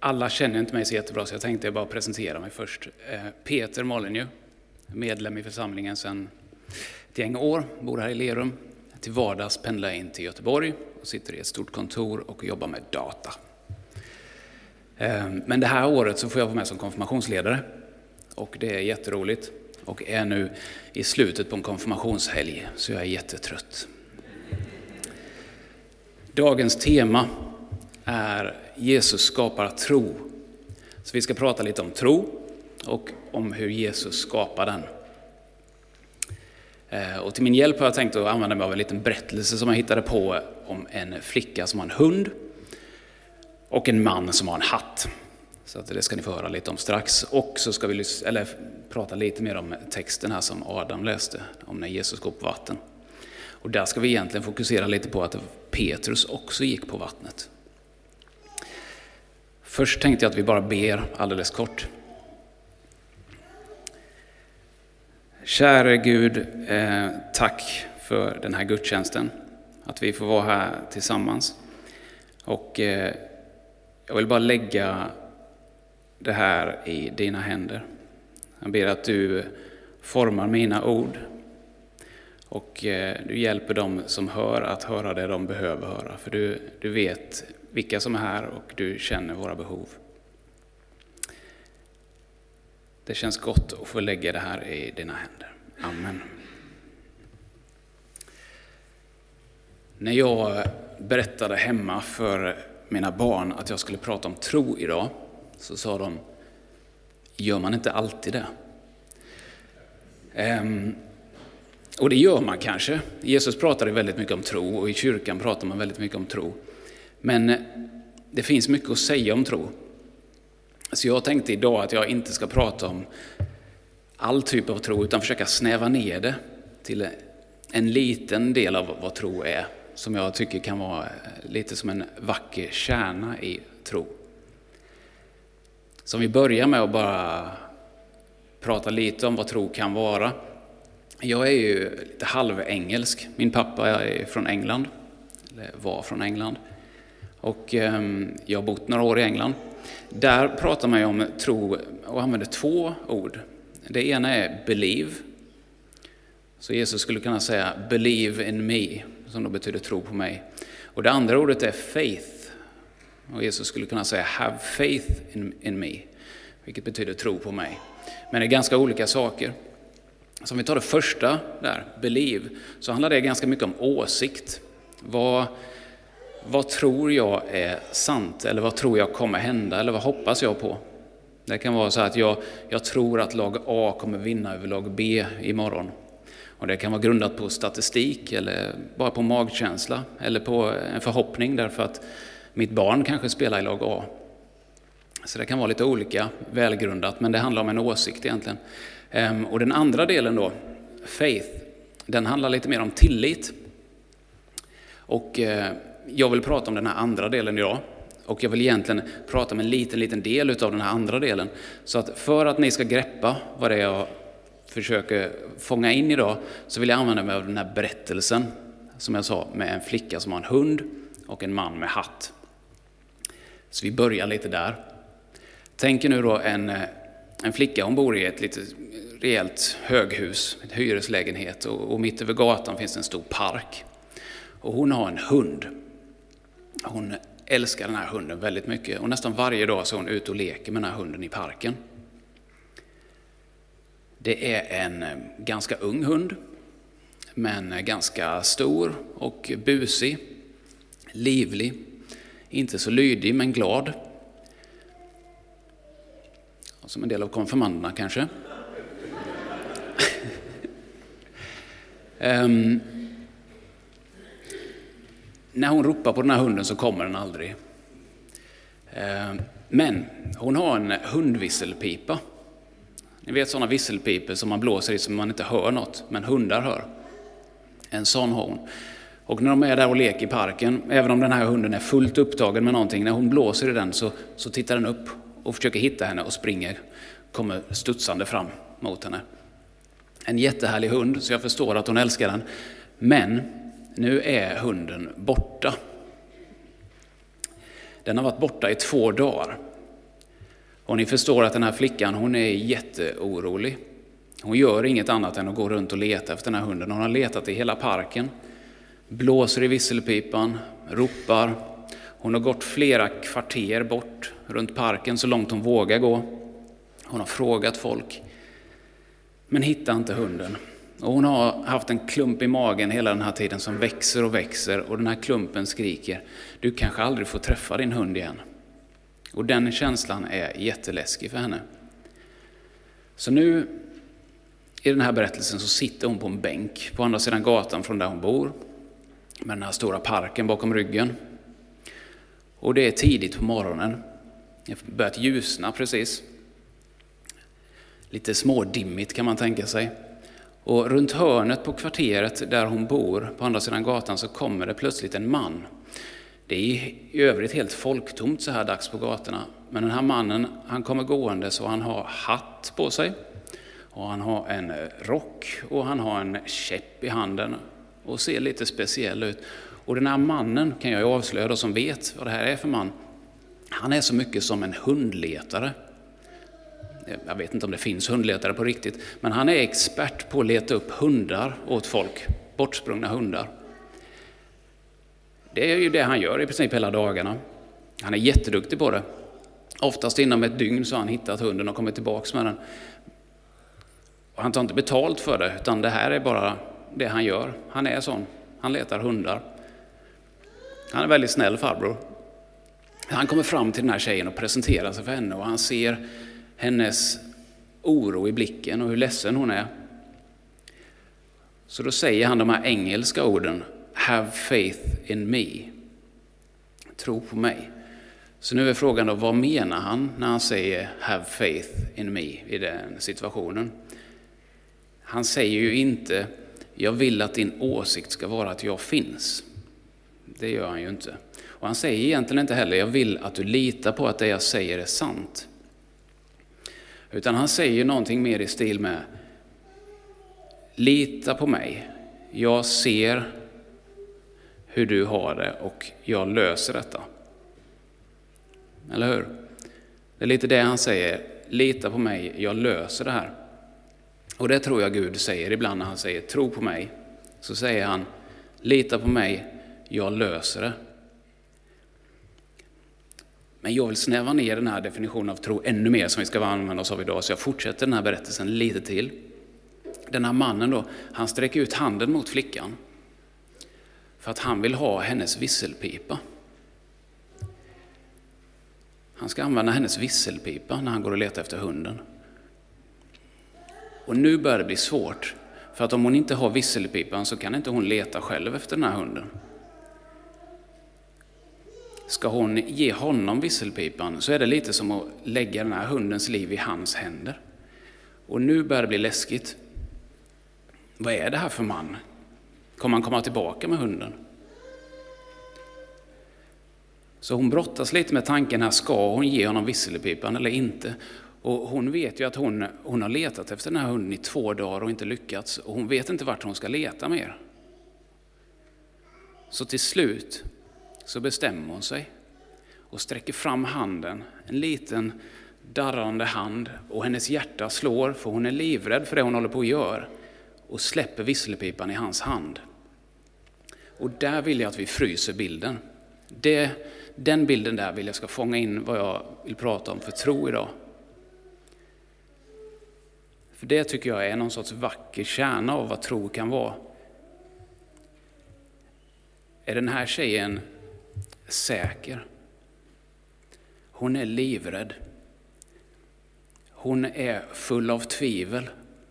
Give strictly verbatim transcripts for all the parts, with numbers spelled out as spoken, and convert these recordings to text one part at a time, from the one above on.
alla känner inte mig så jättebra, så jag tänkte bara presentera mig först. Peter Molyneux, medlem i församlingen sedan ett gäng år, bor här i Lerum. Till vardags pendlar jag in till Göteborg och sitter i ett stort kontor och jobbar med data. Men det här året så får jag vara med som konfirmationsledare och det är jätteroligt. Och är nu i slutet på en konfirmationshelg, så jag är jättetrött. Dagens tema är Jesus skapar tro. Så vi ska prata lite om tro och om hur Jesus skapar den. Och till min hjälp har jag tänkt att använda mig av en liten berättelse som jag hittade på om en flicka som har en hund och en man som har en hatt. Så att det ska ni få höra lite om strax. Och så ska vi eller, prata lite mer om texten här som Adam läste, om när Jesus går på vatten. Och där ska vi egentligen fokusera lite på att Petrus också gick på vattnet. Först tänkte jag att vi bara ber alldeles kort. Käre Gud, eh, tack för den här gudstjänsten. Att vi får vara här tillsammans. Och eh, jag vill bara lägga det här i dina händer. Jag ber att du formar mina ord. Och eh, du hjälper dem som hör att höra det de behöver höra. För du, du vet vilka som är här och du känner våra behov. Det känns gott att få lägga det här i dina händer. Amen. När jag berättade hemma för mina barn att jag skulle prata om tro idag, så sa de, gör man inte alltid det? Ehm, och det gör man kanske. Jesus pratade väldigt mycket om tro och i kyrkan pratar man väldigt mycket om tro. Men det finns mycket att säga om tro. Så jag tänkte idag att jag inte ska prata om all typ av tro, utan försöka snäva ner det till en liten del av vad tro är, som jag tycker kan vara lite som en vacker kärna i tro. Så vi börjar med att bara prata lite om vad tro kan vara. Jag är ju lite halvengelsk. Min pappa är från England, eller var från England. Och jag har bott några år i England. Där pratar man ju om tro och använder två ord. Det ena är believe. Så Jesus skulle kunna säga believe in me, som då betyder tro på mig. Och det andra ordet är faith. Och Jesus skulle kunna säga have faith in, in me, vilket betyder tro på mig. Men det är ganska olika saker. Så om vi tar det första där, believe, så handlar det ganska mycket om åsikt. Vad... Vad tror jag är sant? Eller vad tror jag kommer hända? Eller vad hoppas jag på? Det kan vara så att jag, jag tror att lag A kommer vinna över lag B imorgon. Och det kan vara grundat på statistik eller bara på magkänsla. Eller på en förhoppning därför att mitt barn kanske spelar i lag A. Så det kan vara lite olika välgrundat, men det handlar om en åsikt egentligen. Och den andra delen då, faith, den handlar lite mer om tillit. Och jag vill prata om den här andra delen idag. Och jag vill egentligen prata om en liten, liten del av den här andra delen. Så att för att ni ska greppa vad det är jag försöker fånga in idag, så vill jag använda mig av den här berättelsen, som jag sa, med en flicka som har en hund och en man med hatt. Så vi börjar lite där. Tänk er nu då en, en flicka, hon bor i ett lite rejält höghus, ett hyreslägenhet. Och, och mitt över gatan finns en stor park. Och hon har en hund. Hon älskar den här hunden väldigt mycket. Och nästan varje dag så är hon ute och leker med den här hunden i parken. Det är en ganska ung hund. Men ganska stor och busig. Livlig. Inte så lydig men glad. Och som en del av konfirmanderna kanske. um, När hon ropar på den här hunden så kommer den aldrig. Men hon har en hundvisselpipa. Ni vet sådana visselpipor som man blåser i så man inte hör något, men hundar hör. En sån har hon. Och när de är där och leker i parken, även om den här hunden är fullt upptagen med någonting, när hon blåser i den så, så tittar den upp och försöker hitta henne och springer, kommer studsande fram mot henne. En jättehärlig hund, så jag förstår att hon älskar den. Men nu är hunden borta. Den har varit borta i två dagar. Och ni förstår att den här flickan, hon är jätteorolig. Hon gör inget annat än att gå runt och leta efter den här hunden. Hon har letat i hela parken, blåser i visselpipan, ropar. Hon har gått flera kvarter bort runt parken så långt hon vågar gå. Hon har frågat folk, men hittar inte hunden. Och hon har haft en klump i magen hela den här tiden som växer och växer. Och den här klumpen skriker, du kanske aldrig får träffa din hund igen. Och den känslan är jätteläskig för henne. Så nu i den här berättelsen så sitter hon på en bänk på andra sidan gatan från där hon bor. Med den här stora parken bakom ryggen. Och det är tidigt på morgonen. Det har börjat ljusna precis. Lite smådimmigt kan man tänka sig. Och runt hörnet på kvarteret där hon bor på andra sidan gatan så kommer det plötsligt en man. Det är i övrigt helt folktomt så här dags på gatorna. Men den här mannen, han kommer gående så han har hatt på sig. Och han har en rock och han har en käpp i handen och ser lite speciell ut. Och den här mannen kan jag ju avslöja då som vet vad det här är för man. Han är så mycket som en hundletare. Jag vet inte om det finns hundletare på riktigt, men han är expert på att leta upp hundar åt folk, bortsprungna hundar. Det är ju det han gör i princip hela dagarna. Han är jätteduktig på det. Oftast inom ett dygn så har han hittat hunden och kommit tillbaka med den. Och han tar inte betalt för det, utan det här är bara det han gör. Han är sån, han letar hundar. Han är en väldigt snäll farbror. Han kommer fram till den här tjejen och presenterar sig för henne och han ser hennes oro i blicken och hur ledsen hon är. Så då säger han de här engelska orden, have faith in me. Tro på mig. Så nu är frågan då, vad menar han när han säger have faith in me i den situationen? Han säger ju inte, jag vill att din åsikt ska vara att jag finns. Det gör han ju inte. Och han säger egentligen inte heller, jag vill att du litar på att det jag säger är sant. Utan han säger någonting mer i stil med, lita på mig. Jag ser hur du har det och jag löser detta. Eller hur? Det är lite det han säger, lita på mig, jag löser det här. Och det tror jag Gud säger ibland när han säger, tro på mig. Så säger han, lita på mig, jag löser det. Men jag vill snäva ner den här definitionen av tro ännu mer som vi ska använda oss av idag. Så jag fortsätter den här berättelsen lite till. Den här mannen då, han sträcker ut handen mot flickan. För att han vill ha hennes visselpipa. Han ska använda hennes visselpipa när han går och letar efter hunden. Och nu börjar det bli svårt. För att om hon inte har visselpipan så kan inte hon leta själv efter den här hunden. Ska hon ge honom visselpipan så är det lite som att lägga den här hundens liv i hans händer. Och nu börjar det bli läskigt. Vad är det här för man? Kommer han komma tillbaka med hunden? Så hon brottas lite med tanken här, ska hon ge honom visselpipan eller inte? Och hon vet ju att hon, hon har letat efter den här hunden i två dagar och inte lyckats. Och hon vet inte vart hon ska leta mer. Så till slut så bestämmer hon sig och sträcker fram handen, en liten darrande hand, och hennes hjärta slår för hon är livrädd för det hon håller på att göra, och släpper visselpipan i hans hand. Och där vill jag att vi fryser bilden. Det, den bilden där vill jag ska fånga in vad jag vill prata om för tro idag. För det tycker jag är någon sorts vacker kärna av vad tro kan vara. Är den här tjejen säker? Hon är livrädd. Hon är full av tvivel.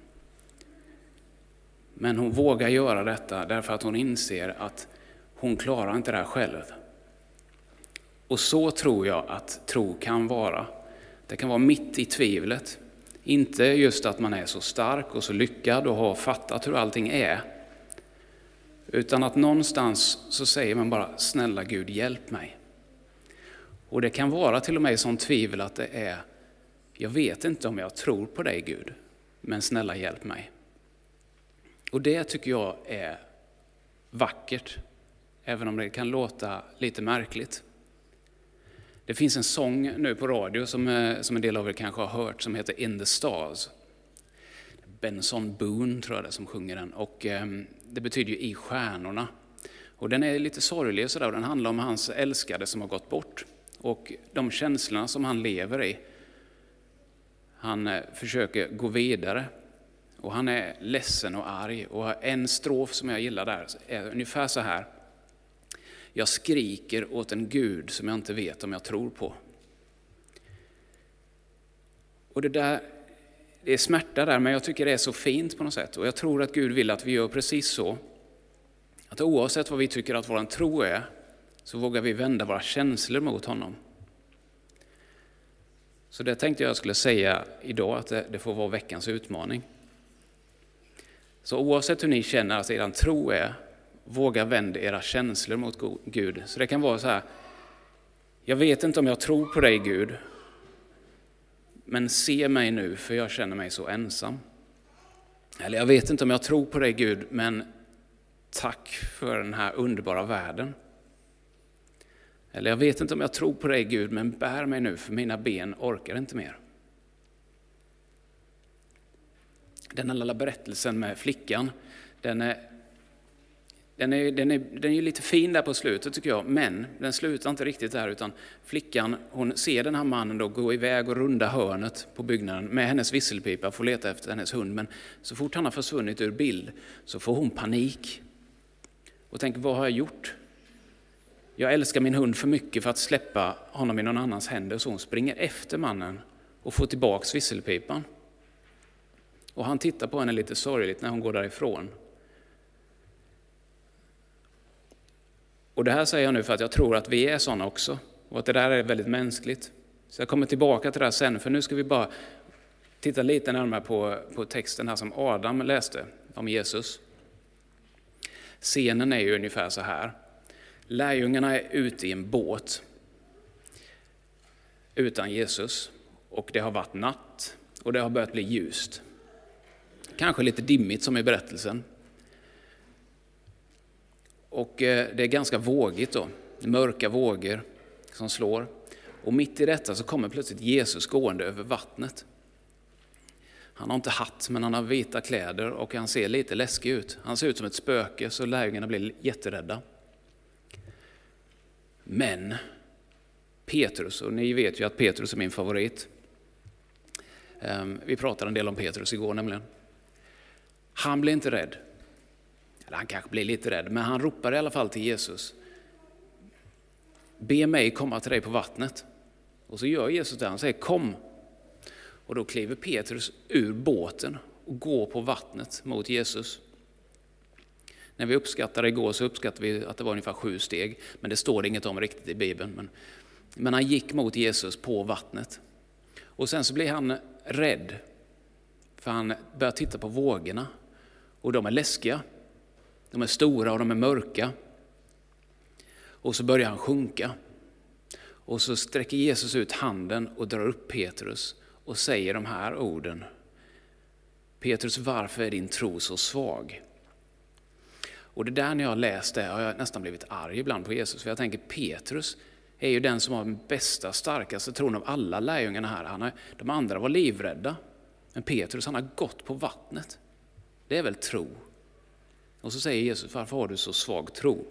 Men hon vågar göra detta därför att hon inser att hon klarar inte det här själv. Och så tror jag att tro kan vara. Det kan vara mitt i tvivlet. Inte just att man är så stark och så lyckad och har fattat hur allting är. Utan att någonstans så säger man bara, snälla Gud, hjälp mig. Och det kan vara till och med sån tvivel att det är, jag vet inte om jag tror på dig Gud, men snälla hjälp mig. Och det tycker jag är vackert, även om det kan låta lite märkligt. Det finns en sång nu på radio som, som en del av er kanske har hört som heter In the Stars. Benson Boone tror jag det som sjunger den, och eh, det betyder ju i stjärnorna. Och den är lite sorglig och sådär, och den handlar om hans älskade som har gått bort och de känslorna som han lever i. Han eh, försöker gå vidare och han är ledsen och arg, och en strof som jag gillar där är ungefär så här: jag skriker åt en Gud som jag inte vet om jag tror på. Och det där, det är smärta där, men jag tycker det är så fint på något sätt. Och jag tror att Gud vill att vi gör precis så. Att oavsett vad vi tycker att vår tro är, så vågar vi vända våra känslor mot honom. Så det tänkte jag skulle säga idag, att det, det får vara veckans utmaning. Så oavsett hur ni känner att er tro är, våga vända era känslor mot Gud. Så det kan vara så här: jag vet inte om jag tror på dig Gud, men se mig nu för jag känner mig så ensam. Eller jag vet inte om jag tror på dig Gud, men tack för den här underbara världen. Eller jag vet inte om jag tror på dig Gud, men bär mig nu för mina ben orkar inte mer. Den här lilla berättelsen med flickan, den är, den är, den är, den är lite fin där på slutet tycker jag, men den slutar inte riktigt där, utan flickan, hon ser den här mannen då gå iväg och runda hörnet på byggnaden med hennes visselpipa, får leta efter hennes hund, men så fort han har försvunnit ur bild så får hon panik och tänker: vad har jag gjort? Jag älskar min hund för mycket för att släppa honom i någon annans händer, så hon springer efter mannen och får tillbaks visselpipan. Och han tittar på henne lite sorgligt när hon går därifrån. Och det här säger jag nu för att jag tror att vi är sådana också. Och att det där är väldigt mänskligt. Så jag kommer tillbaka till det här sen, för nu ska vi bara titta lite närmare på, på texten här som Adam läste om Jesus. Scenen är ju ungefär så här. Lärjungarna är ute i en båt utan Jesus. Och det har varit natt och det har börjat bli ljust. Kanske lite dimmigt som i berättelsen. Och det är ganska vågigt då. Mörka vågor som slår. Och mitt i detta så kommer plötsligt Jesus gående över vattnet. Han har inte hatt, men han har vita kläder och han ser lite läskig ut. Han ser ut som ett spöke, så lärjungarna blir jätterädda. Men Petrus, och ni vet ju att Petrus är min favorit. Vi pratade en del om Petrus igår nämligen. Han blir inte rädd. Eller han kanske blir lite rädd, men han ropar i alla fall till Jesus: be mig komma till dig på vattnet. Och så gör Jesus det, han säger kom. Och då kliver Petrus ur båten och går på vattnet mot Jesus. När vi uppskattade igår så uppskattade vi att det var ungefär sju steg, men det står inget om riktigt i Bibeln. Men, men han gick mot Jesus på vattnet. Och sen så blir han rädd, för han börjar titta på vågorna. Och de är läskiga. De är stora och de är mörka. Och så börjar han sjunka. Och så sträcker Jesus ut handen och drar upp Petrus och säger de här orden: Petrus, varför är din tro så svag? Och det där, när jag läst det har jag nästan blivit arg ibland på Jesus. För jag tänker, Petrus är ju den som har den bästa, starkaste tron av alla lärjungarna här. Han är, de andra var livrädda. Men Petrus, han har gått på vattnet. Det är väl tro? Och så säger Jesus: varför har du så svag tro?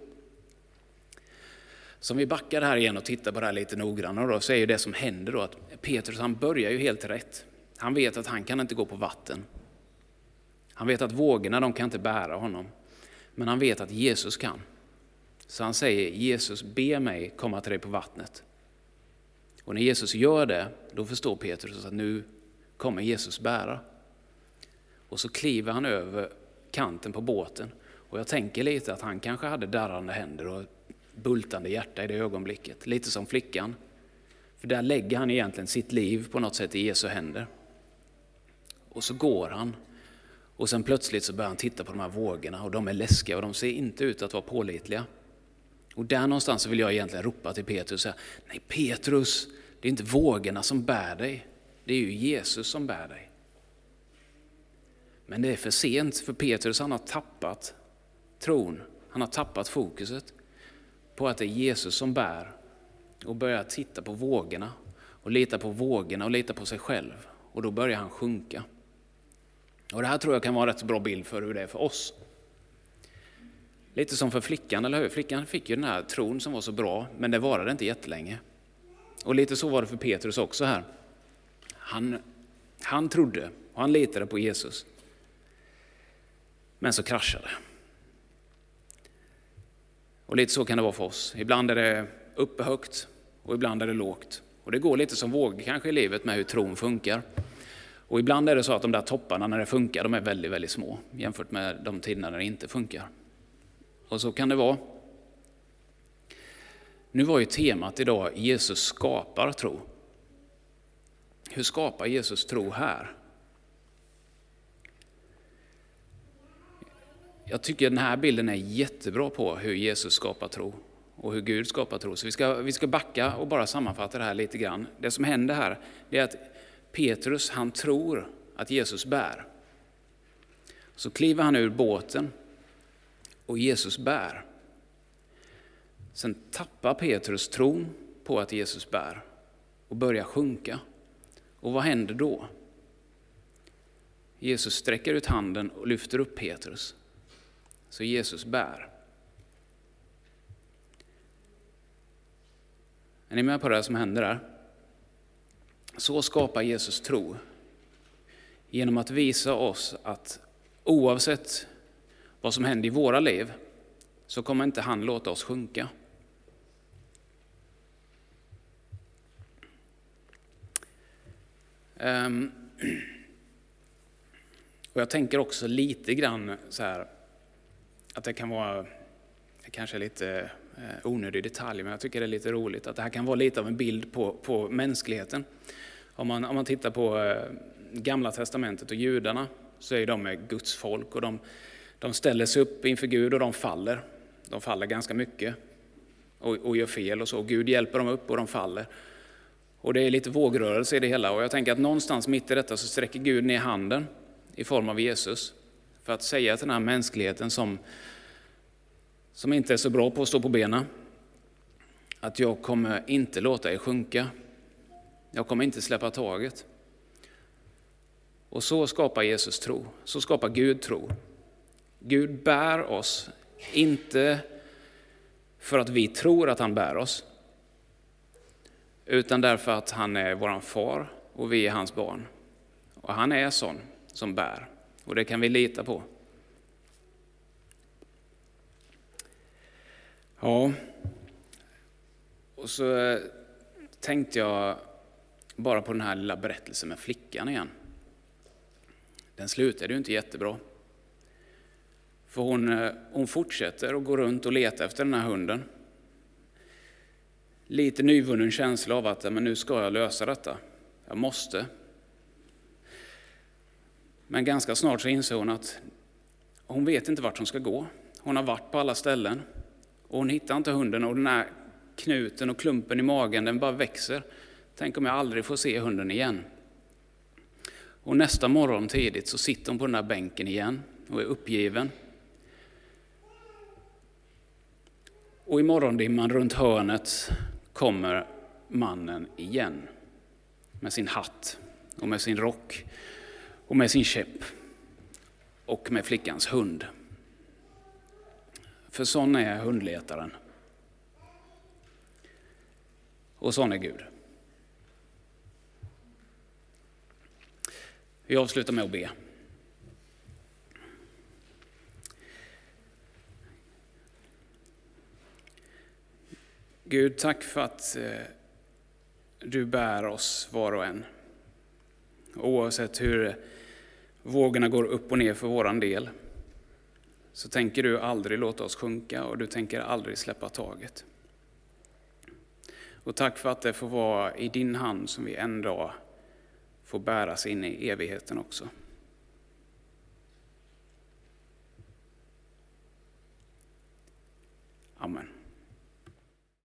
Så om vi backar här igen och tittar på det här lite noggrannare då, så är ju det som händer då att Petrus, han börjar ju helt rätt. Han vet att han kan inte gå på vatten. Han vet att vågorna, de kan inte bära honom. Men han vet att Jesus kan. Så han säger: Jesus, be mig komma till dig på vattnet. Och när Jesus gör det, då förstår Petrus att nu kommer Jesus bära. Och så kliver han över kanten på båten. Och jag tänker lite att han kanske hade darrande händer och bultande hjärta i det ögonblicket. Lite som flickan. För där lägger han egentligen sitt liv på något sätt i Jesu händer. Och så går han. Och sen plötsligt så börjar han titta på de här vågorna, och de är läskiga och de ser inte ut att vara pålitliga. Och där någonstans så vill jag egentligen ropa till Petrus och säga: nej Petrus, det är inte vågorna som bär dig. Det är ju Jesus som bär dig. Men det är för sent, för Petrus, han har tappat tron. Han har tappat fokuset på att det är Jesus som bär. och börjar titta på vågorna och lita på vågorna och lita på sig själv. Och då börjar han sjunka. Och det här tror jag kan vara en rätt bra bild för hur det är för oss. Lite som för flickan, eller hur? Flickan fick ju den här tron som var så bra, men det varade inte jättelänge. Och lite så var det för Petrus också här. Han, han trodde och han litade på Jesus. Men så kraschade. Och lite så kan det vara för oss. Ibland är det uppe högt och ibland är det lågt. Och det går lite som vågor kanske i livet med hur tron funkar. Och ibland är det så att de där topparna när det funkar, de är väldigt, väldigt små jämfört med de tiderna när det inte funkar. Och så kan det vara. Nu var ju temat idag Jesus skapar tro. Hur skapar Jesus tro här? Jag tycker den här bilden är jättebra på hur Jesus skapar tro och hur Gud skapar tro. Så vi ska, vi ska backa och bara sammanfatta det här lite grann. Det som händer här är att Petrus, han tror att Jesus bär. Så kliver han ur båten och Jesus bär. Sen tappar Petrus tron på att Jesus bär och börjar sjunka. Och vad händer då? Jesus sträcker ut handen och lyfter upp Petrus. Så Jesus bär. Är ni med på det som händer där? Så skapar Jesus tro. Genom att visa oss att oavsett vad som händer i våra liv så kommer inte han låta oss sjunka. Um, och jag tänker också lite grann så här att det kan vara, det kanske är lite onödig detalj, men jag tycker det är lite roligt att det här kan vara lite av en bild på, på mänskligheten. Om man, om man tittar på Gamla testamentet och judarna så är de Guds folk och de, de ställer sig upp inför Gud och de faller. De faller ganska mycket och, och gör fel och så. Gud hjälper dem upp och de faller. Och det är lite vågrörelse i det hela. Och jag tänker att någonstans mitt i detta så sträcker Gud ner handen i form av Jesus för att säga till den här mänskligheten som, som inte är så bra på att stå på benen att jag kommer inte låta er sjunka. Jag kommer inte släppa taget. Och så skapar Jesus tro. Så skapar Gud tro. Gud bär oss, inte för att vi tror att han bär oss, utan därför att han är våran far och vi är hans barn. Och han är sån som bär. Och det kan vi lita på. Ja. Och så tänkte jag bara på den här lilla berättelsen med flickan igen. Den slutade ju inte jättebra. För hon, hon fortsätter att gå runt och leta efter den här hunden. Lite nyvunnen känsla av att men nu ska jag lösa detta. Jag måste. Men ganska snart så inser hon att hon vet inte vart hon ska gå. Hon har varit på alla ställen. Och hon hittar inte hunden och den här knuten och klumpen i magen den bara växer. Tänk om jag aldrig får se hunden igen. Och nästa morgon tidigt så sitter hon på den här bänken igen och är uppgiven. Och i morgondimman runt hörnet kommer mannen igen. Med sin hatt och med sin rock och med sin käpp och med flickans hund. För sån är hundletaren. Och sån är Gud. Vi avslutar med att be. Gud, tack för att du bär oss var och en. Oavsett hur vågorna går upp och ner för våran del, så tänker du aldrig låta oss sjunka och du tänker aldrig släppa taget. Och tack för att det får vara i din hand som vi en dag får bäras in i evigheten också.